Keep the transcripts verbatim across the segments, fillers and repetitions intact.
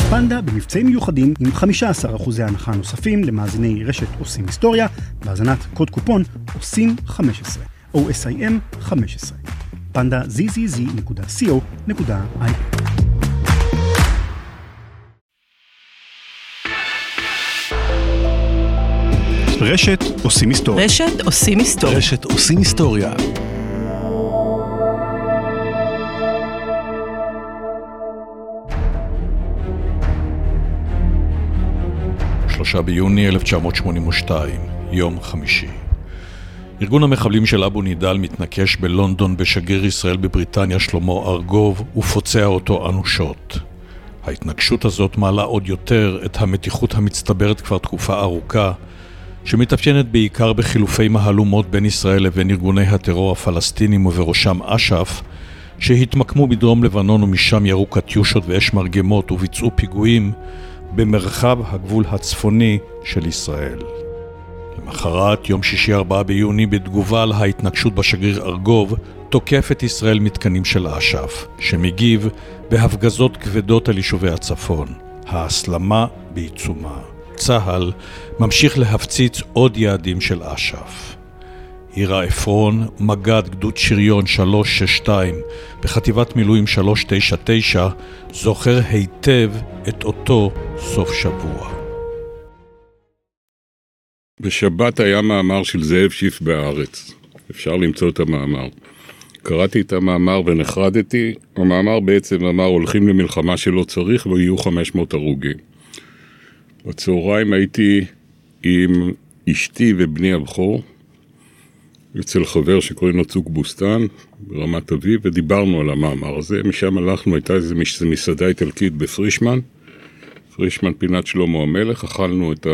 פנדה במבצעים מיוחדים עם חמישה עשר אחוז הנחה נוספים למאזיני רשת עושים היסטוריה, בהזנת קוד קופון עושים חמש עשרה, או אס איי אם חמש עשרה. פנדה זד זד זד נקודה קו נקודה איי אי. רשת עושים היסטוריה. רשת עושים היסטוריה. רשת עושים היסטוריה. שלושה ביוני אלף תשע מאות שמונים ושתיים, יום חמישי. ארגון המחבלים של אבו נידל מתנקש בלונדון בשגריר ישראל בבריטניה שלמה ארגוב ופוצע אותו אנושות. ההתנגשות הזאת מעלה עוד יותר את המתיחות המצטברת כבר תקופה ארוכה, שמתאפיינת בעיקר בחילופי מהלומות בין ישראל לבין ארגוני הטרור הפלסטינים ובראשם אש"ף, שהתמקמו בדרום לבנון ומשם ירו קטיושות ואש מרגמות וביצעו פיגועים במרחב הגבול הצפוני של ישראל. למחרת, יום שישי ארבעה ביוני, בתגובה על ההתנגשות בשגריר ארגוב, תוקף את ישראל מתקנים של אש"ף, שמגיב בהפגזות כבדות על יישובי הצפון. ההסלמה בעיצומה. צה"ל ממשיך להפציץ עוד יעדים של אש"ף. עירה אפרון, מג"ד גדוד שריון שלוש שש שתיים בחטיבת מילואים שלוש תשע תשע, זוכר היטב את אותו סוף שבוע. בשבת היה מאמר של זאב שיף בהארץ. אפשר למצוא את המאמר. קראתי את המאמר ונחרדתי. המאמר בעצם אמר הולכים למלחמה שלא צריך ויהיו חמש מאות הרוגים. בצהריים הייתי עם אשתי ובני הבכור אצל חבר שקוראים לו צוק בוסטן ברמת אביב, ודיברנו על המאמר הזה. משם הלכנו, הייתה איזו מסעדה איטלקית בפרישמן, פרישמן פינת שלמה המלך, אכלנו את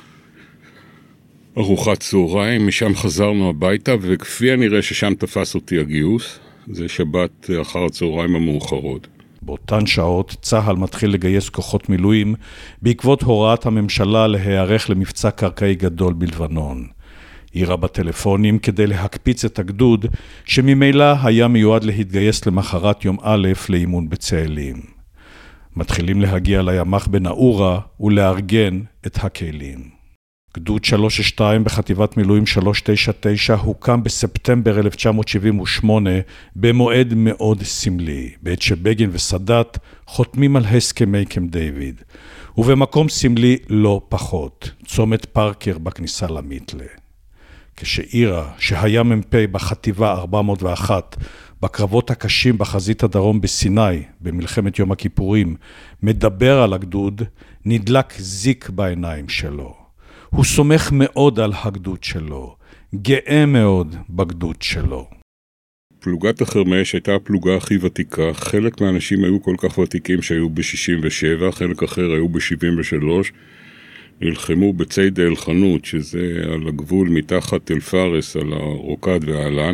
ארוחת צהריים, משם חזרנו הביתה, וכפי הנראה ששם תפס אותי הגיוס, זה שבת אחר הצהריים המאוחרות. באותן שעות צה"ל מתחיל לגייס כוחות מילואים בעקבות הוראת הממשלה להיערך למבצע קרקעי גדול בלבנון. עירה בטלפונים כדי להקפיץ את הגדוד שממילא היה מיועד להתגייס למחרת יום א' לאימון בצאלים. מתחילים להגיע לימ"ח בנאורה ולארגן את הכלים. גדוד שלוש שש שתיים בחטיבת מילואים שלוש תשע תשע הוקם בספטמבר אלף תשע מאות שבעים ושמונה במועד מאוד סמלי, בעת שבגין וסאדאת חותמים על הסכמי קמפ דיוויד, ובמקום סמלי לא פחות, צומת פארקר בכניסה למיתלה. כשעירה, שהיה מ"פ בחטיבה ארבע מאות ואחת, בקרבות הקשים בחזית הדרום בסיני, במלחמת יום הכיפורים, מדבר על הגדוד, נדלק זיק בעיניים שלו. הוא סומך מאוד על הגדוד שלו, גאה מאוד בגדוד שלו. פלוגת החרמש הייתה הפלוגה הכי ותיקה. חלק מהאנשים היו כל כך ותיקים שהיו ב-שישים ושבע, חלק אחר היו ב-שבעים ושלוש. נלחמו בצייד אל-חנות, שזה על הגבול מתחת אל פארס, על הרוקד והעלן.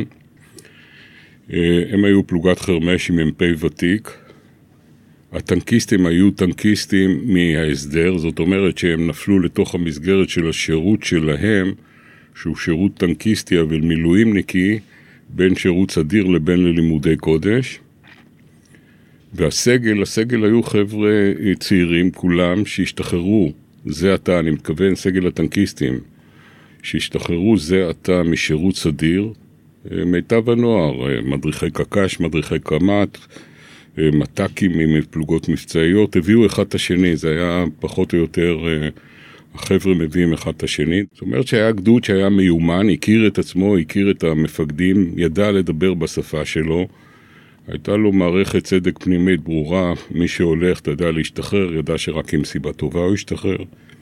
הם היו פלוגת חרמש עם מ"פ ותיק. הטנקיסטים היו טנקיסטים מההסדר, זאת אומרת שהם נפלו לתוך המסגרת של השירות שלהם, שהוא שירות טנקיסטי אבל מילואימניקי, בין שירות סדיר לבין ללימודי קודש. והסגל, הסגל היו חבר'ה צעירים כולם שהשתחררו, זה עתה, אני מתכוון סגל הטנקיסטים, שהשתחררו זה עתה משירות סדיר, מיטב הנוער, מדריכי קקש, מדריכי קמת, מתקים מפלוגות מבצעיות, הביאו אחד את השני, זה היה פחות או יותר, החבר'ה מביאים אחד את השני. זאת אומרת שהיה גדוד שהיה מיומן, הכיר את עצמו, הכיר את המפקדים, ידע לדבר בשפה שלו, הייתה לו מערכת צדק פנימית ברורה, מי שהולך תדע להשתחרר, ידע שרק עם סיבה טובה הוא ישתחרר.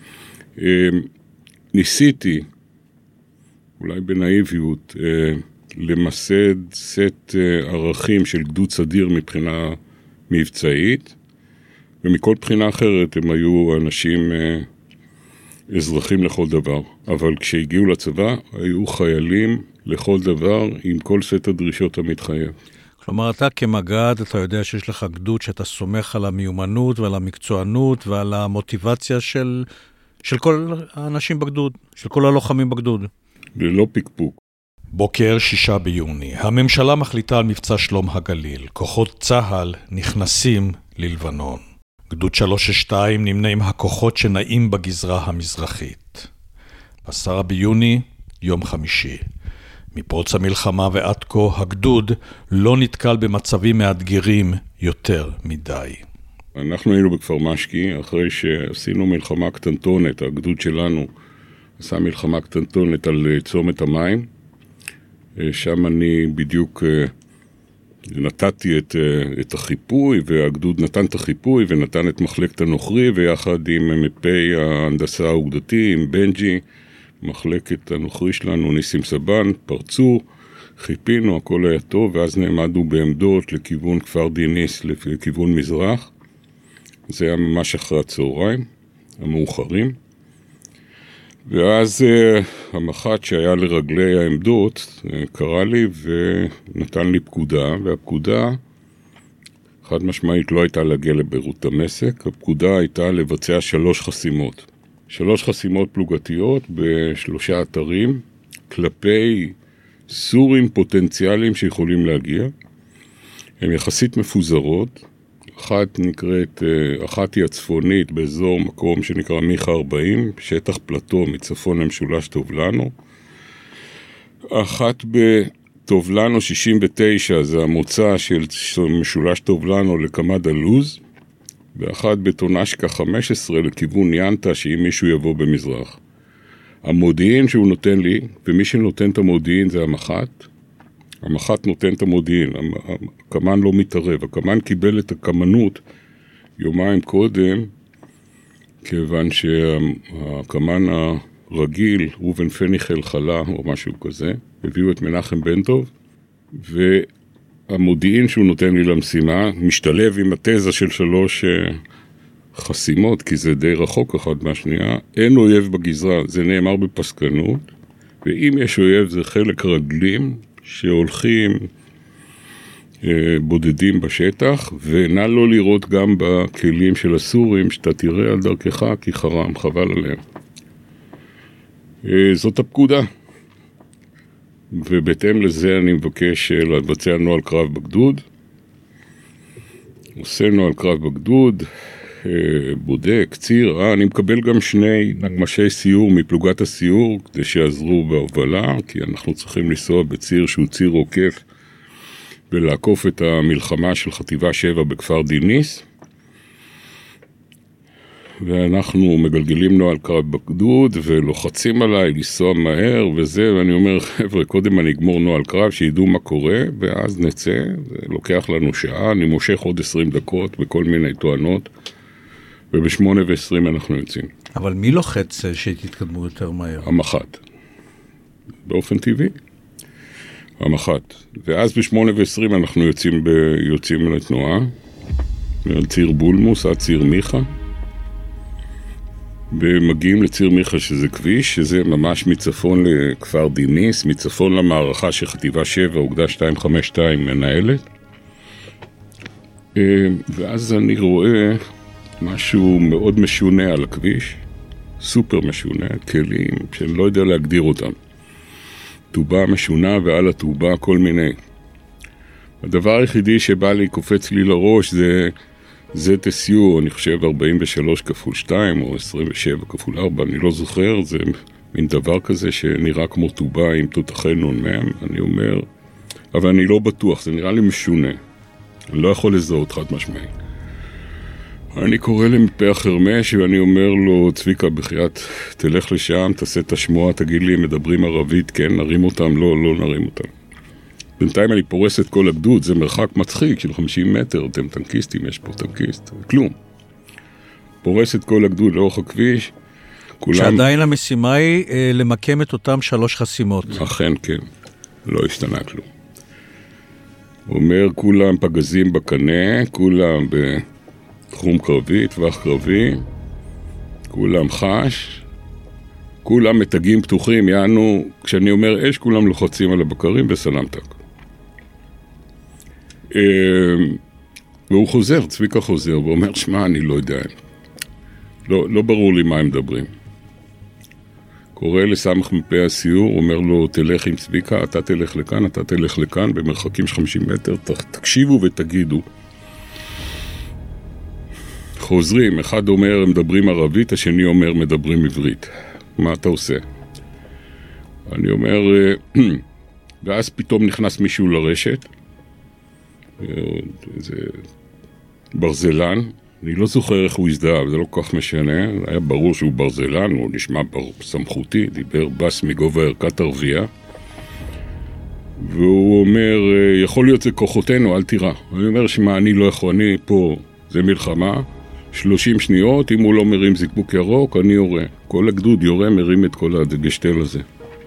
ניסיתי, אולי בנאיביות, למסד סט ערכים של גדוד סדיר מבחינה מבצעית, ומכל בחינה אחרת הם היו אנשים אזרחים לכל דבר. אבל כשהגיעו לצבא, היו חיילים לכל דבר עם כל סט הדרישות המתחייב. כלומר, אתה כמג"ד, אתה יודע שיש לך גדוד שאתה סומך על המיומנות ועל המקצוענות ועל המוטיבציה של, של כל האנשים בגדוד, של כל הלוחמים בגדוד. ללא פיקפוק. בוקר שישה ביוני, הממשלה מחליטה על מבצע שלום הגליל. כוחות צה"ל נכנסים ללבנון. גדוד שלוש שש שתיים נמנה עם הכוחות שנעים בגזרה המזרחית. עשרה ביוני, יום חמישי. מפרוץ המלחמה ועד כה הגדוד לא נתקל במצבים מאתגרים יותר מדי. אנחנו היינו בכפר משקי, אחרי שעשינו מלחמה קטנטונת, הגדוד שלנו עשה מלחמה קטנטונת על צומת המים. שם אני בדיוק נתתי את, את החיפוי, והגדוד נתן את החיפוי ונתן את מחלקת הנוכרי, ויחד עם מפי ההנדסה האוגדתי, עם בנג'י, מחלקת הנוכרי שלנו, ניסים סבן, פרצו, חיפינו, הכל היה טוב, ואז נעמדו בעמדות לכיוון כפר דיניס, לכיוון מזרח. זה היה ממש אחרי הצהריים, המאוחרים. ואז uh, המח"ט שהיה לרגלי העמדות uh, קרא לי ונתן לי פקודה, והפקודה חד משמעית לא הייתה להגיע לביירות דמשק, הפקודה הייתה לבצע שלוש חסימות. שלוש חסימות פלוגתיות בשלושה אתרים כלפי סורים פוטנציאליים שיכולים להגיע. הן יחסית מפוזרות, אחת נקראת, אחת היא הצפונית באזור מקום שנקרא מיכה ארבעים, שטח פלטו מצפון למשולש טובלנו. אחת בטובלנו שישים ותשע, זה המוצא של משולש טובלנו לקמד הלוז, ואחת בטונשקה חמש עשרה לכיוון ינטה, שאם מישהו יבוא במזרח. המודיעין שהוא נותן לי, ומי שנותן את המודיעין זה המח"ט, המח"ט נותן את המודיעין, הקמן לא מתערב, הקמן קיבל את הקמנות יומיים קודם, כיוון שהקמן הרגיל, רובן פניחל חלה או משהו כזה, הביאו את מנחם בן טוב, והמודיעין שהוא נותן לי למשימה, משתלב עם התזה של שלוש חסימות, כי זה די רחוק אחד מהשנייה, אין אויב בגזרה, זה נאמר בפסקנות, ואם יש אויב זה חלק רגלים, שהולכים אה, בודדים בשטח, ונא לא לראות גם בכלים של הסורים, שאתה תראה על דרכך כי חרם, חבל עליהם. אה, זאת הפקודה. ובהתאם לזה אני מבקש לבצע נוהל קרב בגדוד. עושה נוהל קרב בגדוד, אה, בודק, ציר, אה, אני מקבל גם שני נגמשי סיור מפלוגת הסיור, כדי שיעזרו בהובלה, כי אנחנו צריכים לנסוע בציר שהוא ציר עוקף, ולעקוף את המלחמה של חטיבה שבע בכפר דיניס. ואנחנו מגלגלים נוהל קרב בגדוד, ולוחצים עליי לנסוע מהר וזה, ואני אומר, חבר'ה, קודם אני אגמור נוהל קרב, שידעו מה קורה, ואז נצא, זה לוקח לנו שעה, אני מושך עוד עשרים דקות בכל מיני תואנות, ובשמונה ועשרים אנחנו יוצאים. אבל מי לוחץ שתתקדמו יותר מהר? המח"ט. באופן טבעי. המח"ט. ואז בשמונה ועשרים אנחנו יוצאים, ב... יוצאים לתנועה, על ציר בולמוס, עד ציר מיכה, ומגיעים לציר מיכה שזה כביש, שזה ממש מצפון לכפר דיניס, מצפון למערכה של חטיבה שבע, אוגדה שתיים חמש שתיים מנהלת. ואז אני רואה משהו מאוד משונה על הכביש, סופר משונה, כלים שאני לא יודע להגדיר אותם. טובה משונה ועל הטובה כל מיני. הדבר היחידי שבא לי, קופץ לי לראש, זה זד אס יו, אני חושב ארבעים ושלוש כפול שתיים או עשרים ושבע כפול ארבע, אני לא זוכר, זה מין דבר כזה שנראה כמו טובה עם תותחי נון מהם, אני אומר, אבל אני לא בטוח, זה נראה לי משונה. אני לא יכול לזהות חד משמעי. אני קורא למפה החרמש ואני אומר לו, צביקה בחייאת, תלך לשם, תעשה את השמועה, תגיד לי, מדברים ערבית, כן, נרים אותם, לא, לא נרים אותם. בינתיים אני פורס את כל הגדוד, זה מרחק מצחיק של חמישים מטר, אתם טנקיסטים, יש פה טנקיסט, כלום. פורס את כל הגדוד לאורך הכביש, כולם... שעדיין המשימה היא אה, למקם את אותם שלוש חסימות. אכן, כן, לא השתנה כלום. הוא אומר, כולם פגזים בקנה, כולם בתחום קרבי, טווח קרבי, כולם חש, כולם מתגים פתוחים, יענו, כשאני אומר אש, כולם לוחצים על הבקרים וסלמתק. והוא חוזר, צביקה חוזר, ואומר, שמע, אני לא יודע, לא, לא ברור לי מה הם מדברים. קורא לסמך מפה הסיור, אומר לו, תלך עם צביקה, אתה תלך לכאן, אתה תלך לכאן, במרחקים של חמישים מטר, תקשיבו ותגידו. חוזרים, אחד אומר מדברים ערבית, השני אומר מדברים עברית. מה אתה עושה? אני אומר, ואז פתאום נכנס מישהו לרשת, איזה ברזלן, אני לא זוכר איך הוא הזדהה, זה לא כל כך משנה, היה ברור שהוא ברזלן, הוא נשמע סמכותי, דיבר בס מגובה ערכת ערבייה, והוא אומר, יכול להיות זה כוחותינו, אל תירא. אני אומר, שמה, אני לא יכול, אני פה, זה מלחמה, שלושים שניות, אם הוא לא מרים זיקבוק ירוק, אני יורה. כל הגדוד יורה, מרים את כל הגשתל הזה.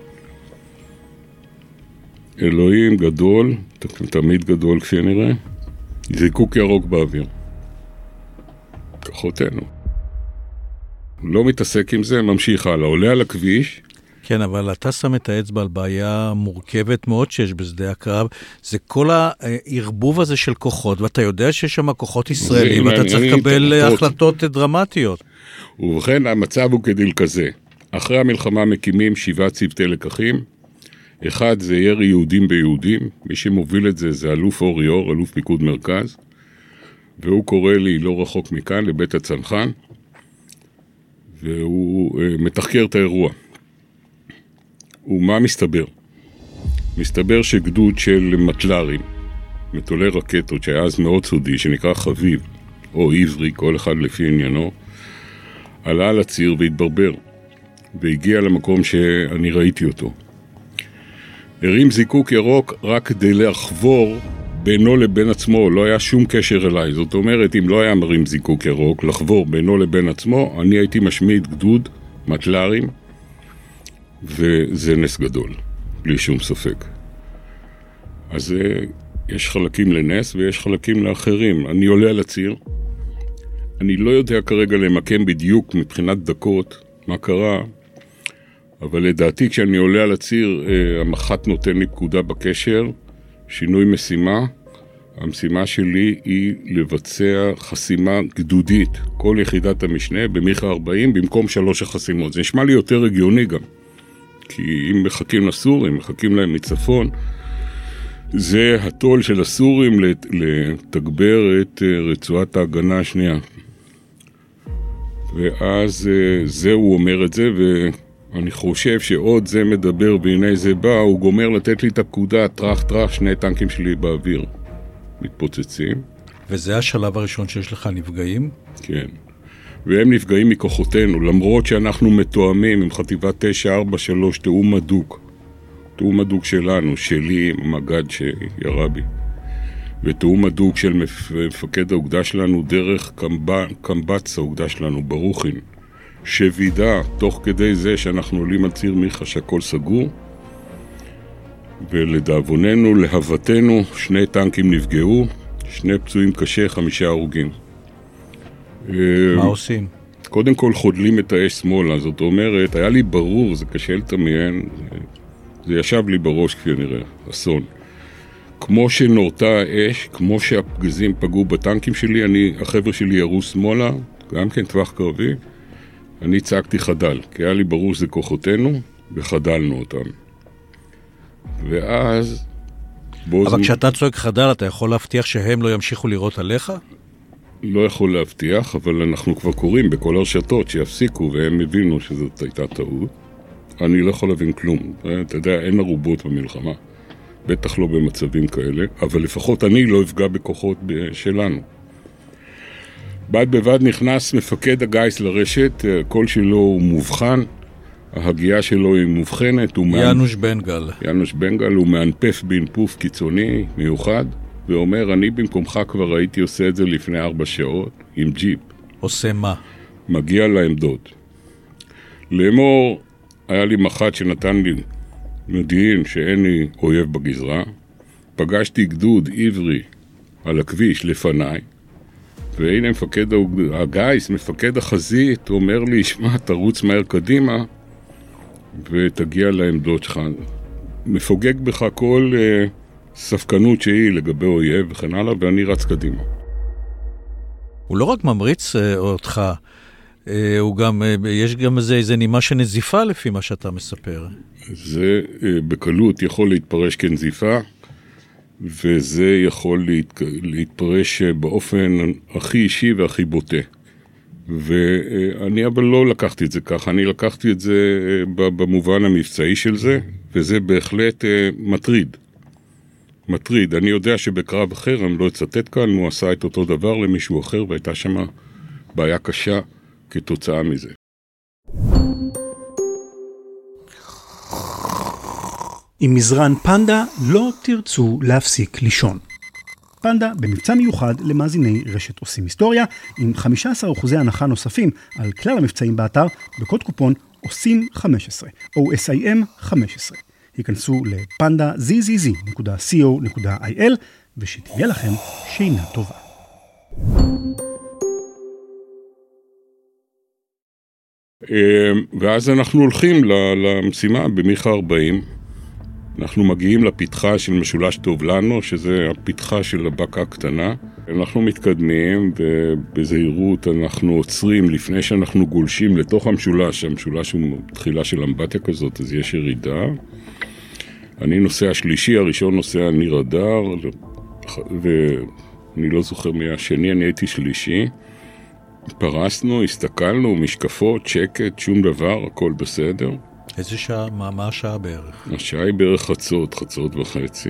אלוהים גדול, תמיד גדול כפי נראה, זיקוק ירוק באוויר. כוחותינו. לא מתעסק עם זה, ממשיך הלאה, עולה על הכביש. כן, אבל אתה שם את האצבע על בעיה מורכבת מאוד שיש בשדה הקרב, זה כל הערבוב הזה של כוחות, ואתה יודע שיש שם כוחות ישראלים, ואתה צריך לקבל החלטות דרמטיות. ובכן, המצב הוא כדיל כזה. אחרי המלחמה מקימים שבעה צוותי לקחים, אחד זה ירי יהודים ביהודים, מי שמוביל את זה זה אלוף אורי אור, אלוף פיקוד מרכז, והוא קורא לי לא רחוק מכאן, לבית הצנחן, והוא מתחקר את האירוע. ומה מסתבר? מסתבר שגדוד של מטלרים, מטולי רקטות, שהיה אז מאוד סודי, שנקרא חביב, או עברי, כל אחד לפי עניינו, עלה על הציר והתברבר, והגיע למקום שאני ראיתי אותו. הרים זיקוק ירוק רק כדי לחבור בינו לבין עצמו, לא היה שום קשר אליי. זאת אומרת, אם לא היה מרים זיקוק ירוק, לחבור בינו לבין עצמו, אני הייתי משמיד גדוד, מטלרים, וזה נס גדול, בלי שום ספק. אז יש חלקים לנס ויש חלקים לאחרים. אני עולה על הציר, אני לא יודע כרגע למקם בדיוק מבחינת דקות מה קרה, אבל לדעתי כשאני עולה על הציר, המח"ט נותן לי פקודה בקשר, שינוי משימה. המשימה שלי היא לבצע חסימה גדודית, כל יחידת המשנה במיכה ארבעים במקום שלוש החסימות. זה נשמע לי יותר הגיוני גם, כי אם מחכים לסורים, מחכים להם מצפון, זה התול של הסורים לתגבר את רצועת ההגנה השנייה. ואז זה הוא אומר את זה, ואני חושב שעוד זה מדבר והנה זה בא, הוא גומר לתת לי את הפקודה, טרח טרח, שני טנקים שלי באוויר מתפוצצים. וזה השלב הראשון שיש לך נפגעים? כן. והם נפגעים מכוחותינו, למרות שאנחנו מתואמים עם חטיבת תשע ארבע שלוש, תאום מדוק. תאום מדוק שלנו, שלי, מגד שירה בי. ותאום מדוק של מפקד האוגדה שלנו דרך קמבץ האוגדה שלנו, ברוכין. שווידה, תוך כדי זה שאנחנו עולים על ציר מיכה שהכל סגור. ולדאבוננו, להוותנו, שני טנקים נפגעו, שני פצועים קשה, חמישה הרוגים. מה עושים? קודם כל חודלים את האש שמאלה, זאת אומרת, היה לי ברור, זה קשה לתמיין, זה, זה ישב לי בראש כפי נראה, אסון. כמו שנורתה האש, כמו שהפגזים פגעו בטנקים שלי, אני, החבר'ה שלי ירו שמאלה, גם כן טווח קרבי, אני צעקתי חדל, כי היה לי ברור שזה כוחותינו, וחדלנו אותם. ואז... אבל זמן... כשאתה צועק חדל, אתה יכול להבטיח שהם לא ימשיכו לראות עליך? לא יכול להבטיח, אבל אנחנו כבר קוראים בכל הרשתות שיפסיקו, והם הבינו שזאת הייתה טעות. אני לא יכול להבין כלום. אתה יודע, אין ערובות במלחמה. בטח לא במצבים כאלה, אבל לפחות אני לא אפגע בכוחות שלנו. בד בבד נכנס מפקד הגייס לרשת, הקול שלו הוא מובחן, ההגיעה שלו היא מובחנת. ינוש בנגל. ינוש בנגל הוא מאנפף באנפוף קיצוני מיוחד, ואומר, אני במקומך כבר הייתי עושה את זה לפני ארבע שעות, עם ג'יפ. עושה מה? מגיע לעמדות. לאמור, היה לי מח"ט שנתן לי מודיעין שאין לי אויב בגזרה, פגשתי גדוד עברי על הכביש לפניי, והנה מפקד הגייס, מפקד החזית, אומר לי, שמע, תרוץ מהר קדימה, ותגיע לעמדות שלך. מפוגג בך כל uh, ספקנות שהיא לגבי אויב וכן הלאה, ואני רץ קדימה. הוא לא רק ממריץ uh, אותך, uh, הוא גם, uh, יש גם איזה, איזה נימה שנזיפה לפי מה שאתה מספר. זה uh, בקלות יכול להתפרש כנזיפה, וזה יכול להת... להתפרש באופן הכי אישי והכי בוטה. ואני אבל לא לקחתי את זה ככה, אני לקחתי את זה במובן המבצעי של זה, וזה בהחלט מטריד. מטריד. אני יודע שבקרב אחר, אני לא אצטט כאן, הוא עשה את אותו דבר למישהו אחר, והייתה שם בעיה קשה כתוצאה מזה. עם מזרן פנדה לא תרצו להפסיק לישון. פנדה במבצע מיוחד למאזיני רשת עושים היסטוריה, עם חמישה עשר אחוז הנחה נוספים על כלל המבצעים באתר, בקוד קופון עושים חמש עשרה, או אס איי אם חמש עשרה. היכנסו לפנדה זד זד זד נקודה קו נקודה איי אל, ושתהיה לכם שינה טובה. ואז אנחנו הולכים למשימה במיכה ארבעים, אנחנו מגיעים לפתחה של משולש טוב לנו, שזה הפתחה של הבקה הקטנה. אנחנו מתקדמים ובזהירות אנחנו עוצרים לפני שאנחנו גולשים לתוך המשולש. המשולש הוא תחילה של אמבטיה כזאת, אז יש ירידה. אני נוסע שלישי, הראשון נוסע ניר הדר, ואני לא זוכר מי השני, אני הייתי שלישי. פרסנו, הסתכלנו, משקפות, שקט, שום דבר, הכל בסדר. איזה שעה? מה, מה השעה בערך? השעה היא בערך חצות, חצות וחצי.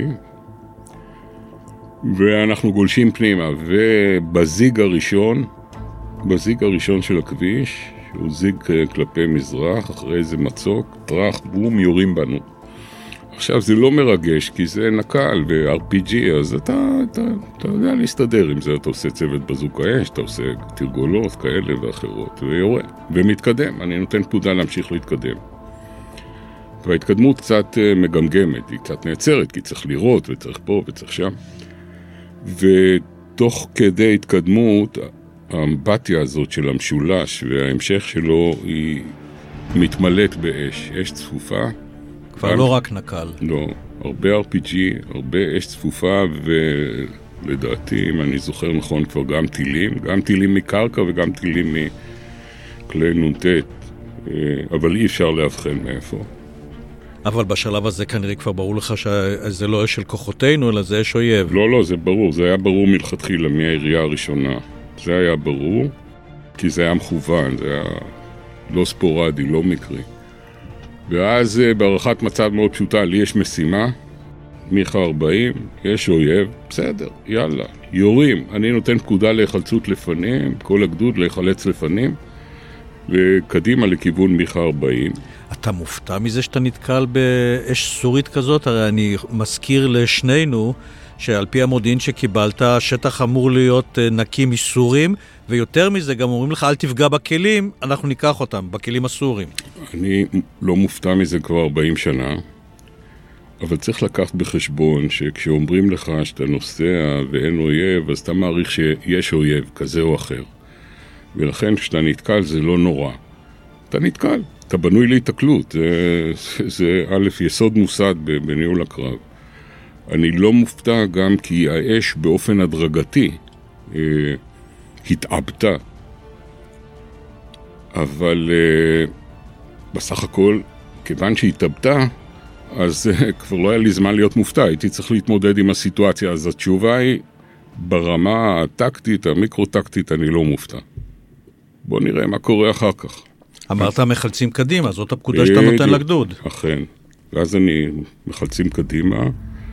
ואנחנו גולשים פנימה, ובזיג הראשון, בזיג הראשון של הכביש, שהוא זיג כלפי מזרח, אחרי איזה מצוק, טרח, בום, יורים בנו. עכשיו זה לא מרגש, כי זה נקל ו-אר פי ג'י, אז אתה, אתה, אתה יודע להסתדר עם זה, אתה עושה צוות בזוק האש, אתה עושה תרגולות כאלה ואחרות, ויורה, ומתקדם, אני נותן פקודה להמשיך להתקדם. וההתקדמות קצת מגמגמת, היא קצת נעצרת, כי צריך לראות וצריך פה וצריך שם. ותוך כדי התקדמות, האמבטיה הזאת של המשולש וההמשך שלו היא מתמלאת באש, אש צפופה. כבר גם, לא רק נקל. לא, הרבה אר פי ג'י, הרבה אש צפופה, ולדעתי, אם אני זוכר נכון, כבר גם טילים, גם טילים מקרקע וגם טילים מכלי נ"ט, אבל אי אפשר להבחן מאיפה. אבל בשלב הזה כנראה כבר ברור לך שזה לא אש של כוחותינו, אלא זה אש אויב. לא, לא, זה ברור. זה היה ברור מלכתחילה, מהעירייה הראשונה. זה היה ברור, כי זה היה מכוון, זה היה לא ספורדי, לא מקרי. ואז בערכת מצב מאוד פשוטה, לי יש משימה, מיכה ארבעים, יש אויב, בסדר, יאללה, יורים. אני נותן פקודה להיחלצות לפנים, כל הגדוד להיחלץ לפנים, וקדימה לכיוון מיכה ארבעים. אתה מופתע מזה שאתה נתקל באש סורית כזאת? הרי אני מזכיר לשנינו שעל פי המודיעין שקיבלת, השטח אמור להיות נקי מסורים, ויותר מזה גם אומרים לך, אל תפגע בכלים, אנחנו ניקח אותם, בכלים הסורים. אני לא מופתע מזה כבר ארבעים שנה, אבל צריך לקחת בחשבון שכשאומרים לך שאתה נוסע ואין אויב, אז אתה מעריך שיש אויב כזה או אחר. ולכן כשאתה נתקל זה לא נורא. אתה נתקל, אתה בנוי להתקלות, זה, זה א' יסוד מוסד בניהול הקרב. אני לא מופתע גם כי האש באופן הדרגתי אה, התאבטה. אבל אה, בסך הכל, כיוון שהתאבטה, אז אה, כבר לא היה לי זמן להיות מופתע, הייתי צריך להתמודד עם הסיטואציה. אז התשובה היא, ברמה הטקטית, המיקרו-טקטית, אני לא מופתע. בוא נראה מה קורה אחר כך. אמרת מחלצים קדימה, זאת הפקודה שאתה נותן לגדוד. אכן. ואז אני מחלצים קדימה,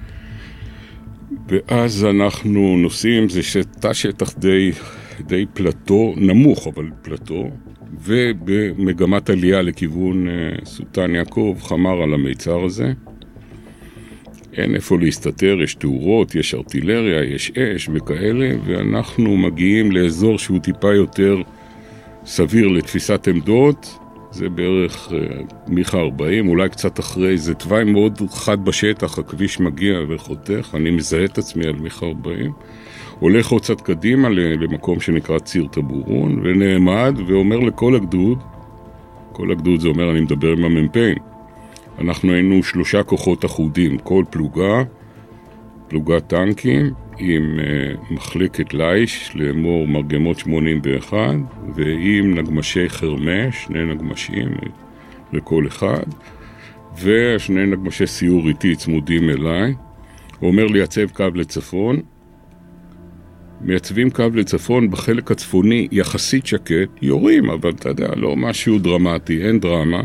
ואז אנחנו נוסעים, זה שטע שטח די, די פלטו, נמוך אבל פלטו, ובמגמת עלייה לכיוון סולטן יעקב, חמר על המיצר הזה. אין איפה להסתתר, יש תאורות, יש ארטילריה, יש אש וכאלה, ואנחנו מגיעים לאזור שהוא טיפה יותר סביר לתפיסת עמדות, זה בערך מיכה ארבעים, אולי קצת אחרי, זה תוואי מאוד חד בשטח, הכביש מגיע וחותך, אני מזהה את עצמי על מיכה ארבעים, הולך עוד קצת קדימה למקום שנקרא ציר טבורון, ונעמד ואומר לכל הגדוד, כל הגדוד זה אומר, אני מדבר עם הממפאים, אנחנו היינו שלושה כוחות אחודים, כל פלוגה, פלוגת טנקים, עם uh, מחלקת לייש, לאמור מרגמות שמונים ואחת, ועם נגמשי חרמש, שני נגמשים לכל אחד, ושני נגמשי סיור איתי צמודים אליי. הוא אומר לי, יצב קו לצפון, מייצבים קו לצפון בחלק הצפוני יחסית שקט, יורים, אבל אתה יודע, לא משהו דרמטי, אין דרמה.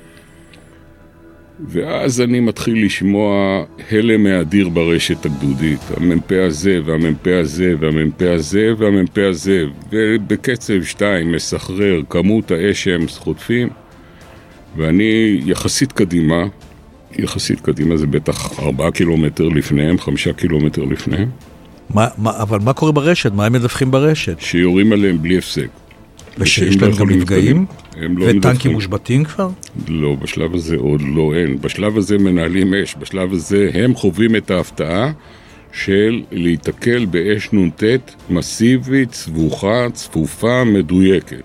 ואז אני מתחיל לשמוע הלם האדיר ברשת הגדודית. המ"פ הזה והמ"פ הזה והמ"פ הזה והמ"פ הזה, ובקצב שתיים מסחרר כמות האש שהם חוטפים, ואני יחסית קדימה, יחסית קדימה זה בטח ארבעה קילומטר לפניהם, חמישה קילומטר לפניהם. מה, מה, אבל מה קורה ברשת? מה הם מדווחים ברשת? שיורים עליהם בלי הפסק. ושיש להם גם נפגעים? לא וטנקים מושבתים כבר? לא, בשלב הזה עוד לא אין. בשלב הזה מנהלים אש. בשלב הזה הם חווים את ההפתעה של להתקל באש נונטט מסיבית, צבוחה, צפופה, מדויקת.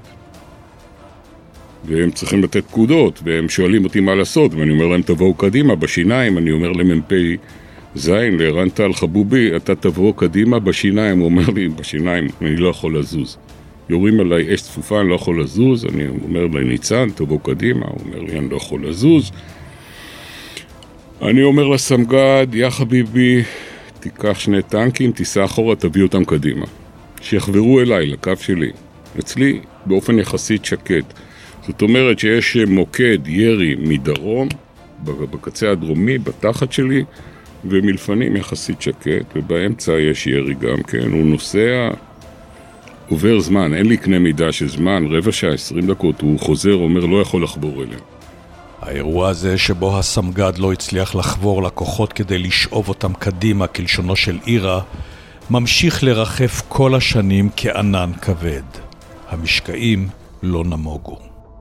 והם צריכים לתת פקודות, והם שואלים אותי מה לעשות, ואני אומר להם תבואו קדימה בשיניים, אני אומר למ"פ זין, לערן טל חבובי, אתה תבוא קדימה בשיניים, הוא אומר לי בשיניים, אני לא יכול לזוז. יורים עליי אש צפופה, אני לא יכול לזוז, אני אומר לי ניצן, תבוא קדימה, הוא אומר לי אני לא יכול לזוז. אני אומר לסמג"ד, יא חביבי, תיקח שני טנקים, תיסע אחורה, תביא אותם קדימה. שיחברו אליי, לקו שלי. אצלי באופן יחסית שקט. זאת אומרת שיש מוקד ירי מדרום, בקצה הדרומי, בתחת שלי, ומלפנים יחסית שקט, ובאמצע יש ירי גם כן, הוא נוסע, עובר זמן, אין לי קנה מידה של זמן, רבע שעה, עשרים דקות, הוא חוזר, אומר, לא יכול לחבור אליהם. האירוע הזה שבו הסמג"ד לא הצליח לחבור לכוחות כדי לשאוב אותם קדימה, כלשונו של אירה, ממשיך לרחף כל השנים כענן כבד. המשקעים לא נמוגו.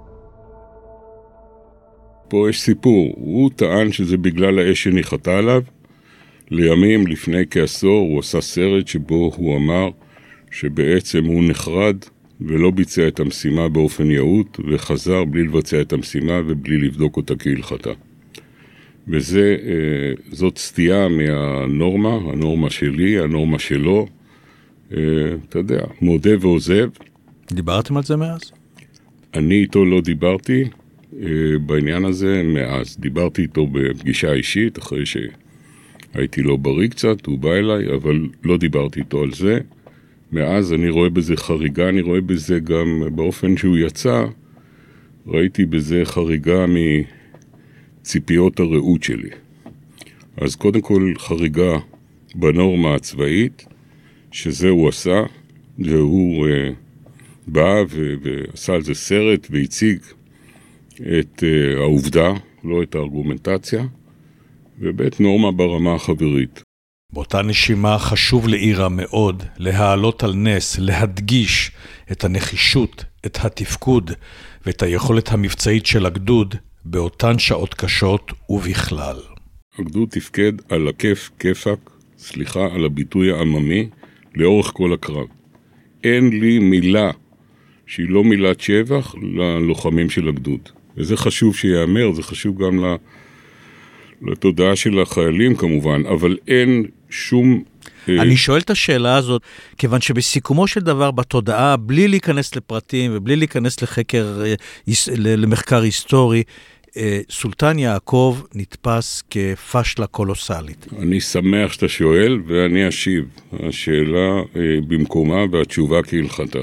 פה יש סיפור, הוא טען שזה בגלל האש שניחתה עליו. לימים, לפני כעשור, הוא עשה סרט שבו הוא אמר שבעצם הוא נחרד ולא ביצע את המשימה באופן יעוט, וחזר בלי לבצע את המשימה ובלי לבדוק אותה כהלכתה. וזה, זאת סטייה מהנורמה, הנורמה שלי, הנורמה שלו. אתה יודע, מודה ועוזב. דיברתם על זה מאז? אני איתו לא דיברתי בעניין הזה מאז. דיברתי איתו בפגישה אישית, אחרי שהייתי לא בריא קצת, הוא בא אליי, אבל לא דיברתי איתו על זה. מאז אני רואה בזה חריגה, אני רואה בזה גם באופן שהוא יצא, ראיתי בזה חריגה מציפיות הרעות שלי. אז קודם כל חריגה בנורמה הצבאית, שזה הוא עשה, והוא uh, בא ו- ועשה על זה סרט והציג את uh, העובדה, לא את הארגומנטציה, ובית נורמה ברמה החברית. באותה נשימה חשוב לאירה מאוד להעלות על נס, להדגיש את הנחישות, את התפקוד ואת היכולת המבצעית של הגדוד באותן שעות קשות ובכלל. הגדוד תפקד על הכיף כיפק, סליחה על הביטוי העממי, לאורך כל הקרב. אין לי מילה שהיא לא מילת שבח ללוחמים של הגדוד. וזה חשוב שיאמר, זה חשוב גם ל... לתודעה של החיילים כמובן, אבל אין שום... אני שואל את השאלה הזאת, כיוון שבסיכומו של דבר בתודעה, בלי להיכנס לפרטים ובלי להיכנס לחקר, למחקר היסטורי, סולטן יעקב נתפס כפשלה קולוסלית. אני שמח שאתה שואל ואני אשיב. השאלה במקומה והתשובה כהלכתה.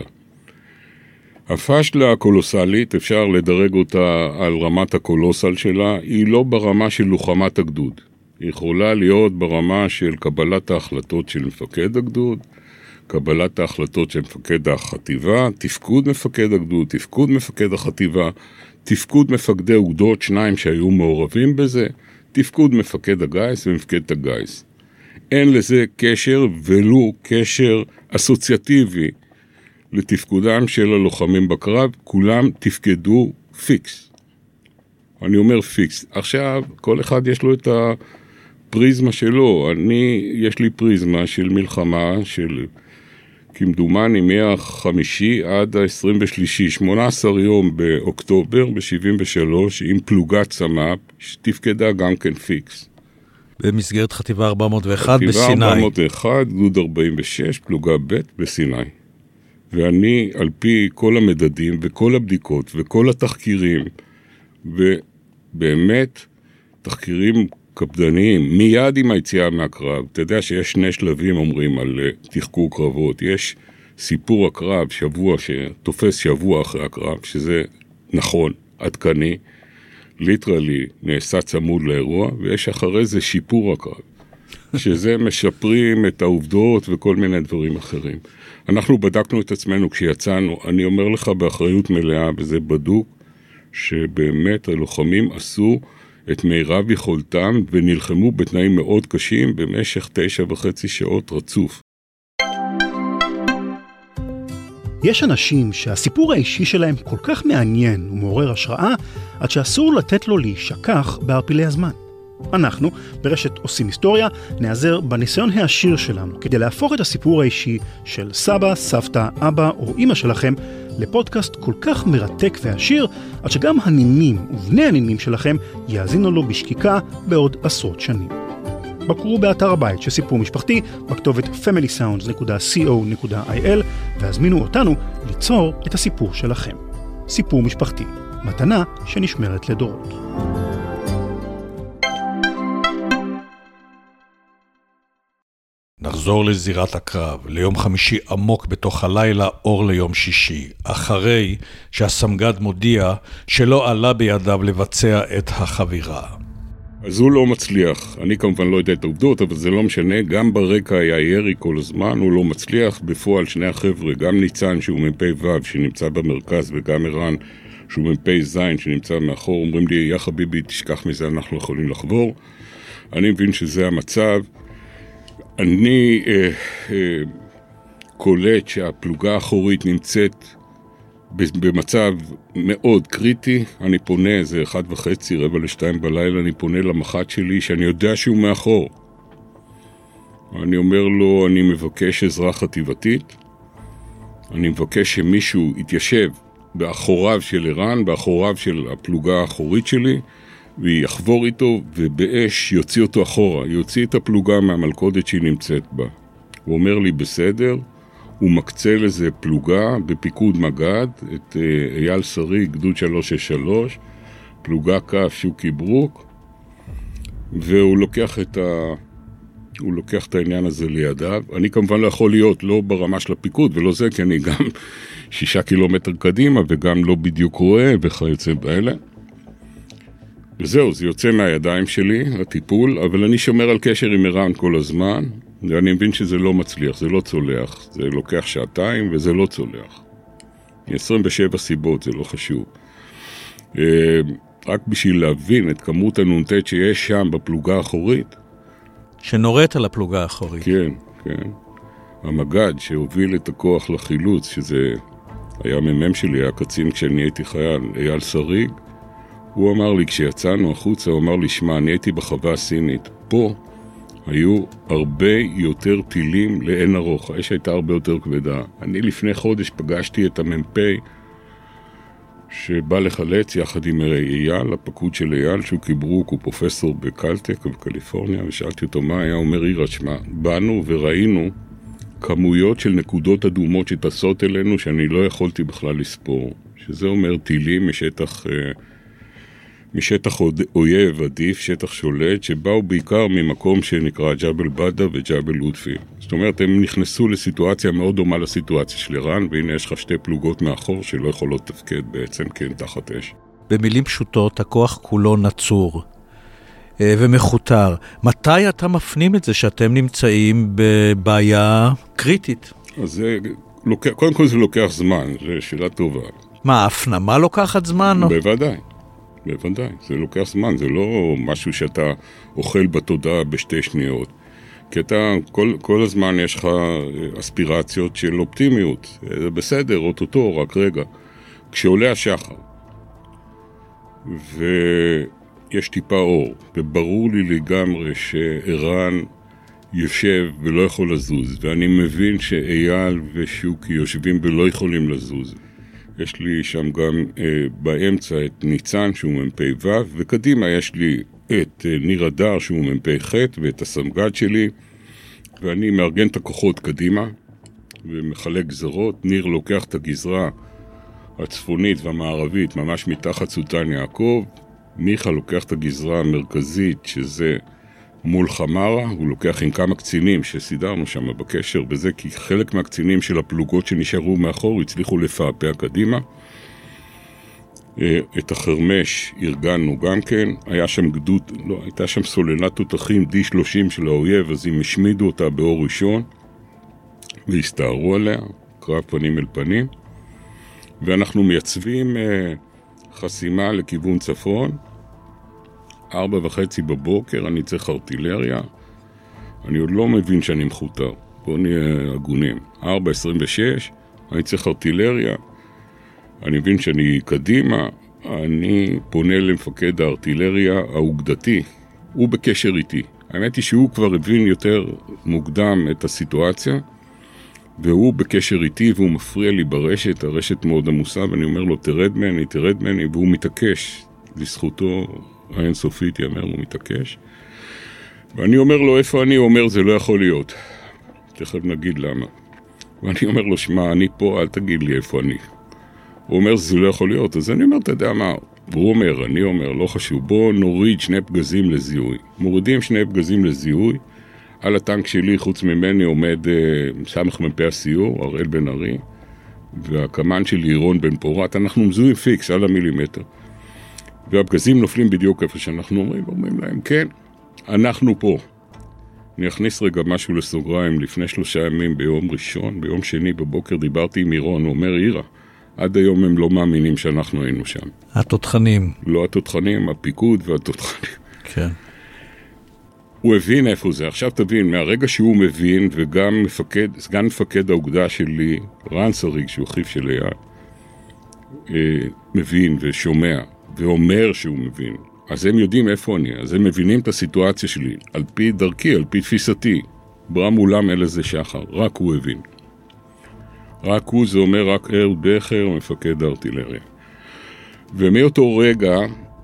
הפשלה הקולוסלית, אפשר לדרג אותה על רמת הקולוסל שלה, היא לא ברמה של לוחמת הגדוד. היא יכולה להיות ברמה של קבלת ההחלטות של מפקד הגדוד, קבלת ההחלטות של מפקד החטיבה, תפקוד מפקד הגדוד, תפקוד מפקד החטיבה, תפקוד מפקדי אוגדות, שניים שהיו מעורבים בזה, תפקוד מפקד הגייס ומפקד הגייס. אין לזה קשר ולו קשר אסוציאטיבי לתפקודם של הלוחמים בקרב, כולם תפקדו פיקס. אני אומר פיקס. עכשיו, כל אחד יש לו את הפריזמה שלו. אני, יש לי פריזמה של מלחמה, של כמדומני מהחמישי עד ה-עשרים ושלוש, שמונה עשר יום באוקטובר, ב-שבעים ושלוש, עם פלוגת סמ"פ, שתפקדה גם כן פיקס. במסגרת חטיבה ארבע מאות ואחת בסיני. חטיבה ארבע מאות ואחת, גדוד ארבעים ושש, פלוגה ב' בסיני. ואני, על פי כל המדדים וכל הבדיקות וכל התחקירים, ובאמת תחקירים קפדניים, מיד עם היציאה מהקרב. אתה יודע שיש שני שלבים אומרים על תחקור קרבות. יש סיפור הקרב, שבוע שתופס שבוע אחרי הקרב, שזה נכון, עדכני, ליטרלי נעשה צמוד לאירוע, ויש אחרי זה שיפור הקרב, שזה משפרים את העובדות וכל מיני דברים אחרים. אנחנו בדקנו את עצמנו כשיצאנו, אני אומר לך באחריות מלאה, וזה בדוק, שבאמת הלוחמים עשו את מירב יכולתם ונלחמו בתנאים מאוד קשים במשך תשע וחצי שעות רצוף. יש אנשים שהסיפור האישי שלהם כל כך מעניין ומעורר השראה, עד שאסור לתת לו להישכח בערפילי הזמן. אנחנו, ברשת עושים היסטוריה, נעזר בניסיון העשיר שלנו כדי להפוך את הסיפור האישי של סבא, סבתא, אבא או אמא שלכם לפודקאסט כל כך מרתק ועשיר, עד שגם הנינים ובני הנינים שלכם יאזינו לו בשקיקה בעוד עשרות שנים. בקרו באתר הבית של סיפור משפחתי בכתובת פמילי סאונדס נקודה קו נקודה איי אל והזמינו אותנו ליצור את הסיפור שלכם. סיפור משפחתי, מתנה שנשמרת לדורות. נחזור לזירת הקרב, ליום חמישי עמוק בתוך הלילה, אור ליום שישי, אחרי שהסמג"ד מודיע שלא עלה בידיו לבצע את החבירה. אז הוא לא מצליח. אני כמובן לא יודע את העובדות, אבל זה לא משנה. גם ברקע היה ירי כל הזמן, הוא לא מצליח. בפועל שני החבר'ה, גם ניצן שהוא מ"פ ו' שנמצא במרכז, וגם ערן שהוא מ"פ ז' שנמצא מאחור, אומרים לי, יא חביבי, תשכח מזה, אנחנו יכולים לחבור. אני מבין שזה המצב. אני אה, אה, קולט שהפלוגה האחורית נמצאת במצב מאוד קריטי. אני פונה איזה אחד וחצי, רבע לשתיים בלילה, אני פונה למח"ט שלי שאני יודע שהוא מאחור. אני אומר לו, אני מבקש עזרה חטיבתית, אני מבקש שמישהו יתיישב באחוריו של ערן, באחוריו של הפלוגה האחורית שלי, ויחבור איתו ובאש יוציא אותו אחורה, יוציא את הפלוגה מהמלכודת שהיא נמצאת בה. הוא אומר לי בסדר, הוא מקצה לזה פלוגה בפיקוד מג"ד, את אייל שרי, גדוד שלוש שש שלוש, פלוגה כף שוקי ברוק, והוא לוקח את ה... הוא לוקח את העניין הזה לידיו. אני כמובן לא יכול להיות לא ברמה של הפיקוד ולא זה, כי אני גם שישה קילומטר קדימה וגם לא בדיוק רואה וכיוצא באלה. וזהו, זה יוצא מהידיים שלי, הטיפול, אבל אני שומר על קשר עם ערן כל הזמן, ואני מבין שזה לא מצליח, זה לא צולח, זה לוקח שעתיים וזה לא צולח. עשרים ושבע סיבות, זה לא חשוב. רק בשביל להבין את כמות הנונטט שיש שם בפלוגה האחורית. שנורית על הפלוגה האחורית. כן, כן. המג"ד שהוביל את הכוח לחילוץ, שזה היה ממם שלי, היה קצין כשאני הייתי חייל, אייל שריג, הוא אמר לי, כשיצאנו החוצה, הוא אמר לי, שמע, אני הייתי בחווה הסינית. פה היו הרבה יותר טילים לאין ארוך. האש הייתה הרבה יותר כבדה. אני לפני חודש פגשתי את המ"פ שבא לחלץ יחד עם אייל, הפקוד של אייל, שהוא קיברוק, הוא פרופסור בקלטק בקליפורניה, ושאלתי אותו מה היה, אומר אירה, שמע, באנו וראינו כמויות של נקודות אדומות שטסות אלינו, שאני לא יכולתי בכלל לספור. שזה אומר טילים משטח... משטח אויב עדיף, שטח שולט, שבאו בעיקר ממקום שנקרא ג'בל בדה וג'בל לוטפי. זאת אומרת, הם נכנסו לסיטואציה מאוד דומה לסיטואציה של ערן, והנה יש לך שתי פלוגות מאחור שלא יכולות תפקד בעצם כן תחת אש. במילים פשוטות, הכוח כולו נצור ומחותר. מתי אתה מפנים את זה שאתם נמצאים בבעיה קריטית? אז זה, קודם כל זה לוקח זמן, זו שאלה טובה. מה, ההפנמה לוקחת זמן? בוודאי. בוודאי, זה לוקח זמן, זה לא משהו שאתה אוכל בתודעה בשתי שניות. כי אתה, כל, כל הזמן יש לך אספירציות של אופטימיות. זה בסדר, אוטוטו, רק רגע. כשעולה השחר, ויש טיפה אור, וברור לי לגמרי שערן יושב ולא יכול לזוז, ואני מבין שאייל ושוקי יושבים ולא יכולים לזוז. יש לי שם גם אה, באמצע את ניצן שהוא מ"פ ו', וקדימה יש לי את אה, ניר הדר שהוא מ"פ ח' ואת הסמג"ד שלי, ואני מארגן את הכוחות קדימה ומחלק גזרות. ניר לוקח את הגזרה הצפונית והמערבית ממש מתחת סולטן יעקב, מיכה לוקח את הגזרה המרכזית, שזה מול חמרה, הוא לוקח עם כמה קצינים שסידרנו שם בקשר, וזה כי חלק מהקצינים של הפלוגות שנשארו מאחור הצליחו לפעפע קדימה. את החרמש ארגנו גם כן, היה שם גדוד, לא, הייתה שם סוללת תותחים די שלושים של האויב, אז הם השמידו אותה באור ראשון, והסתערו עליה, קרב פנים אל פנים, ואנחנו מייצבים אה, חסימה לכיוון צפון, ארבע וחצי בבוקר, אני צריך ארטילריה, אני עוד לא מבין שאני מחותר, בואו נהיה הגונים, ארבע עשרים ושש, אני צריך ארטילריה, אני מבין שאני קדימה, אני פונה למפקד הארטילריה האוגדתי, הוא בקשר איתי. האמת היא שהוא כבר הבין יותר מוקדם את הסיטואציה, והוא בקשר איתי והוא מפריע לי ברשת, הרשת מאוד עמוסה, ואני אומר לו תרד ממני, תרד ממני, והוא מתעקש, לזכותו האינסופית יאמר, הוא מתעקש. ואני אומר לו איפה אני, הוא אומר זה לא יכול להיות. תכף נגיד למה. ואני אומר לו שמע, אני פה, אל תגיד לי איפה אני. הוא אומר, זה לא יכול להיות. אז אני אומר, אתה יודע מה? הוא אומר, אני אומר, לא חשוב. בוא נוריד שני פגזים לזיהוי. מורידים שני פגזים לזיהוי. על הטנק שלי, חוץ ממני, עומד סמך מ"פ הסיור, הראל בן ארי, והקמן שלי, אירון בן פורת. אנחנו מזוהים פיקס על המילימטר. והפגזים נופלים בדיוק איפה שאנחנו אומרים, אומרים להם, כן, אנחנו פה. אני אכניס רגע משהו לסוגריים. לפני שלושה ימים, ביום ראשון, ביום שני בבוקר, דיברתי עם אירון, הוא אומר, אירה, עד היום הם לא מאמינים שאנחנו היינו שם. התותחנים. לא התותחנים, הפיקוד והתותחנים. כן. הוא הבין איפה זה. עכשיו תבין, מהרגע שהוא מבין, וגם מפקד, סגן מפקד האוגדה שלי, רן שריג, שהוא אחיו של אייל, אה, מבין ושומע, ואומר שהוא מבין. אז הם יודעים איפה אני, אז הם מבינים את הסיטואציה שלי, על פי דרכי, על פי תפיסתי. ברם מולם אלה זה שחר, רק הוא הבין. רק הוא, זה אומר רק אהוד בכר, מפקד הארטילריה. ומאותו רגע,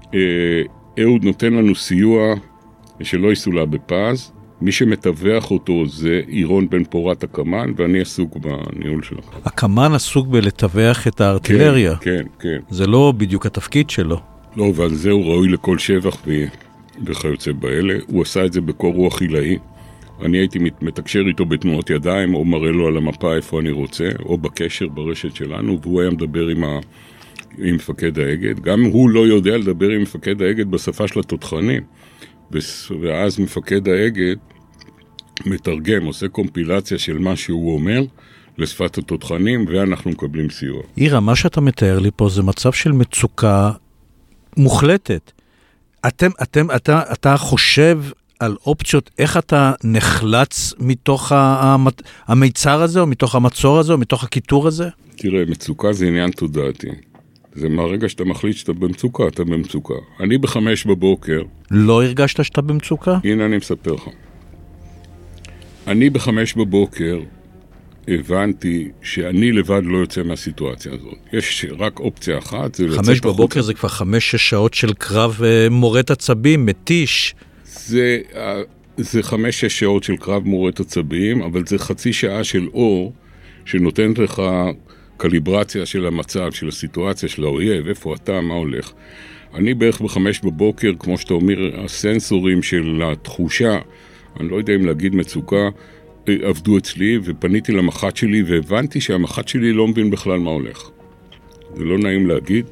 אהוד נותן לנו סיוע שלא יסולה בפז. מי שמתווך אותו זה אירון בן פורת הקמן, ואני עסוק בניהול שלו. הקמן עסוק בלתווך את הארטילריה. כן, כן, כן. זה לא בדיוק התפקיד שלו. לא, ועל זה הוא ראוי לכל שבח וכיוצא באלה. הוא עשה את זה בקור רוח עילאי. אני הייתי מתקשר איתו בתנועות ידיים, או מראה לו על המפה איפה אני רוצה, או בקשר ברשת שלנו, והוא היה מדבר עם, ה... עם מפקד האגד. גם הוא לא יודע לדבר עם מפקד האגד בשפה של התותחנים. ואז מפקד האגד מתרגם, עושה קומפילציה של מה שהוא אומר לשפת התותחנים, ואנחנו מקבלים סיוע. אירה, מה שאתה מתאר לי פה זה מצב של מצוקה מוחלטת. אתם, אתם, אתה, אתה חושב על אופציות, איך אתה נחלץ מתוך המיצר הזה, או מתוך המצור הזה, או מתוך הכיתור הזה? תראה, מצוקה זה עניין תודעתי. זה מהרגע שאתה מחליט שאתה במצוקה, אתה במצוקה. אני בחמש בבוקר... לא הרגשת שאתה במצוקה? הנה אני מספר לך. אני בחמש בבוקר הבנתי שאני לבד לא יוצא מהסיטואציה הזאת. יש רק אופציה אחת, זה לצאת החוצה. חמש בבוקר זה כבר חמש, שש שעות של קרב מורת עצבים, מתיש. זה, זה חמש, שש שעות של קרב מורת עצבים, אבל זה חצי שעה של אור שנותנת לך קליברציה של המצב, של הסיטואציה, של האויב, איפה אתה, מה הולך. אני בערך בחמש בבוקר, כמו שאתה אומר, הסנסורים של התחושה, אני לא יודע אם להגיד מצוקה, עבדו אצלי, ופניתי למח"ט שלי, והבנתי שהמח"ט שלי לא מבין בכלל מה הולך. זה לא נעים להגיד.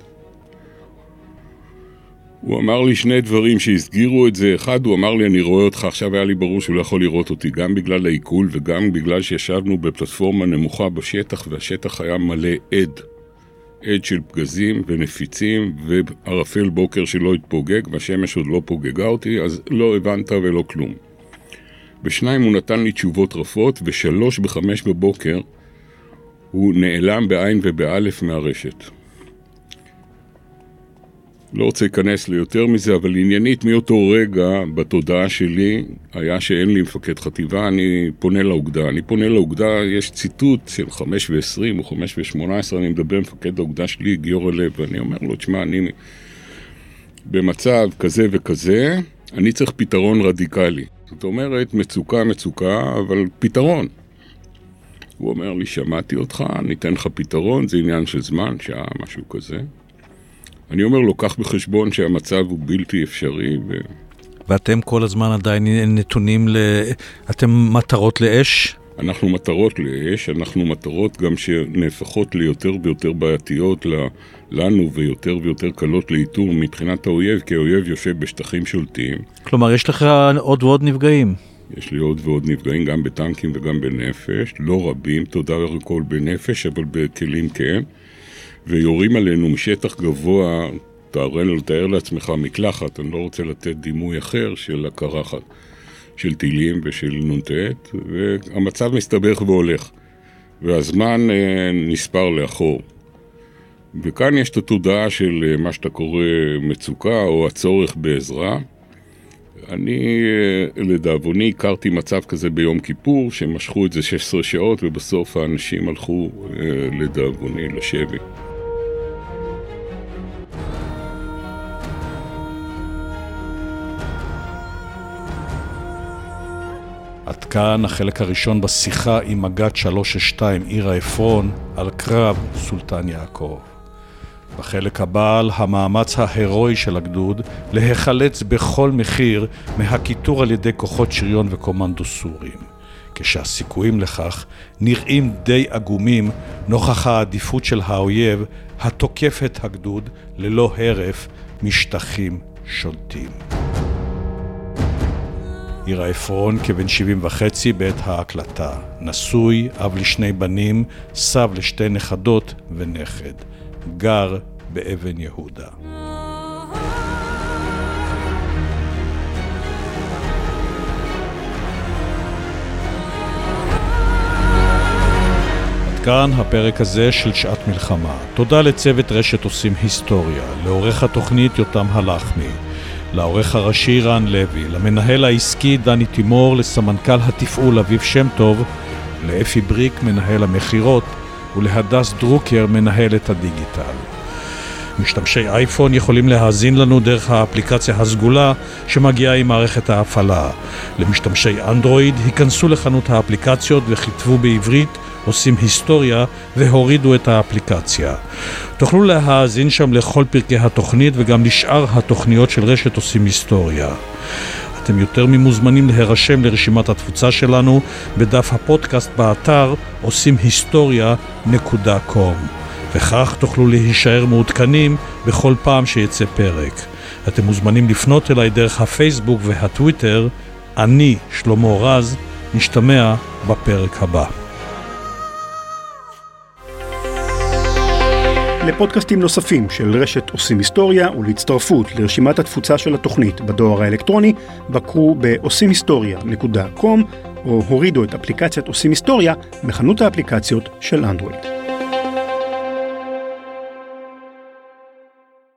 הוא אמר לי שני דברים שהסגירו את זה. אחד, הוא אמר לי, אני רואה אותך, עכשיו היה לי ברור שהוא לא יכול לראות אותי, גם בגלל העיכול וגם בגלל שישבנו בפלטפורמה נמוכה בשטח, והשטח היה מלא עד. עד של פגזים ונפיצים, וערפל בוקר שלא התפוגג, והשמש עוד לא פוגגה אותי, אז לא הבנת ולא כלום. בשניים הוא נתן לי תשובות רפות, ושלוש בחמש בבוקר הוא נעלם בעין ובאלף מהרשת. לא רוצה להיכנס ליותר מזה, אבל עניינית מאותו רגע בתודעה שלי היה שאין לי מפקד חטיבה, אני פונה לאוגדה. אני פונה לאוגדה, יש ציטוט של חמש ועשרים או חמש ושמונה עשרה, אני מדבר עם מפקד האוגדה שלי, גיורא לב, ואני אומר לו, תשמע, אני במצב כזה וכזה, אני צריך פתרון רדיקלי. זאת אומרת, מצוקה, מצוקה, אבל פתרון. הוא אומר לי, שמעתי אותך, ניתן לך פתרון, זה עניין של זמן, שעה, משהו כזה. אני אומר לו, קח בחשבון שהמצב הוא בלתי אפשרי. ו... ואתם כל הזמן עדיין נתונים ל... אתם מטרות לאש? אנחנו מטרות לאש, אנחנו מטרות גם שנהפכות ליותר ויותר בעייתיות לנו ויותר ויותר קלות לאיתור מבחינת האויב, כי האויב יושב בשטחים שולטים. כלומר, יש לך עוד ועוד נפגעים? יש לי עוד ועוד נפגעים, גם בטנקים וגם בנפש, לא רבים, תודה לכל בנפש, אבל בכלים כן, ויורים עלינו משטח גבוה, תאר, תאר לעצמך מקלחת, אני לא רוצה לתת דימוי אחר של הקרחת. של טילים ושל נונטט, והמצב מסתבך והולך, והזמן אה, נספר לאחור. וכאן יש את התודעה של מה שאתה קורא מצוקה או הצורך בעזרה. אני, אה, לדאבוני, הכרתי מצב כזה ביום כיפור, שמשכו את זה שש עשרה שעות, ובסוף האנשים הלכו אה, לדאבוני לשבי. עד כאן החלק הראשון בשיחה עם מג"ד שלוש שש שתיים עיר העפרון על קרב סולטן יעקב. בחלק הבא על המאמץ ההירואי של הגדוד להיחלץ בכל מחיר מהכיתור על ידי כוחות שריון וקומנדו סורים, כשהסיכויים לכך נראים די עגומים נוכח העדיפות של האויב התוקף את הגדוד ללא הרף משטחים שולטים. עיר העפרון כבן שבעים וחצי בעת ההקלטה, נשוי, אב לשני בנים, סב לשתי נכדות ונכד, גר באבן יהודה. עד כאן הפרק הזה של שעת מלחמה. תודה לצוות רשת עושים היסטוריה, לעורך התוכנית יותם הלחמי, לעורך הראשי רן לוי, למנהל העסקי דני תימור, לסמנכ"ל התפעול אביב שם טוב, לאפי בריק מנהל המחירות ולהדס דרוקר מנהל את הדיגיטל. משתמשי אייפון יכולים להאזין לנו דרך האפליקציה הסגולה שמגיעה עם מערכת ההפעלה. למשתמשי אנדרואיד היכנסו לחנות האפליקציות וכתבו בעברית עושים היסטוריה והורידו את האפליקציה. תוכלו להאזין שם לכל פרקי התוכנית וגם לשאר התוכניות של רשת עושים היסטוריה. אתם יותר ממוזמנים להירשם לרשימת התפוצה שלנו בדף הפודקאסט באתר עושים היסטוריה נקודה קום. וכך תוכלו להישאר מעודכנים בכל פעם שיצא פרק. אתם מוזמנים לפנות אליי דרך הפייסבוק והטוויטר. אני שלמה רז, נשתמע בפרק הבא. לפודקאסטים נוספים של רשת עושים היסטוריה ולהצטרפות לרשימת התפוצה של התוכנית בדואר האלקטרוני, בקרו ב-עושים היסטוריה נקודה קום או הורידו את אפליקציית עושים היסטוריה מחנות האפליקציות של אנדרואיד.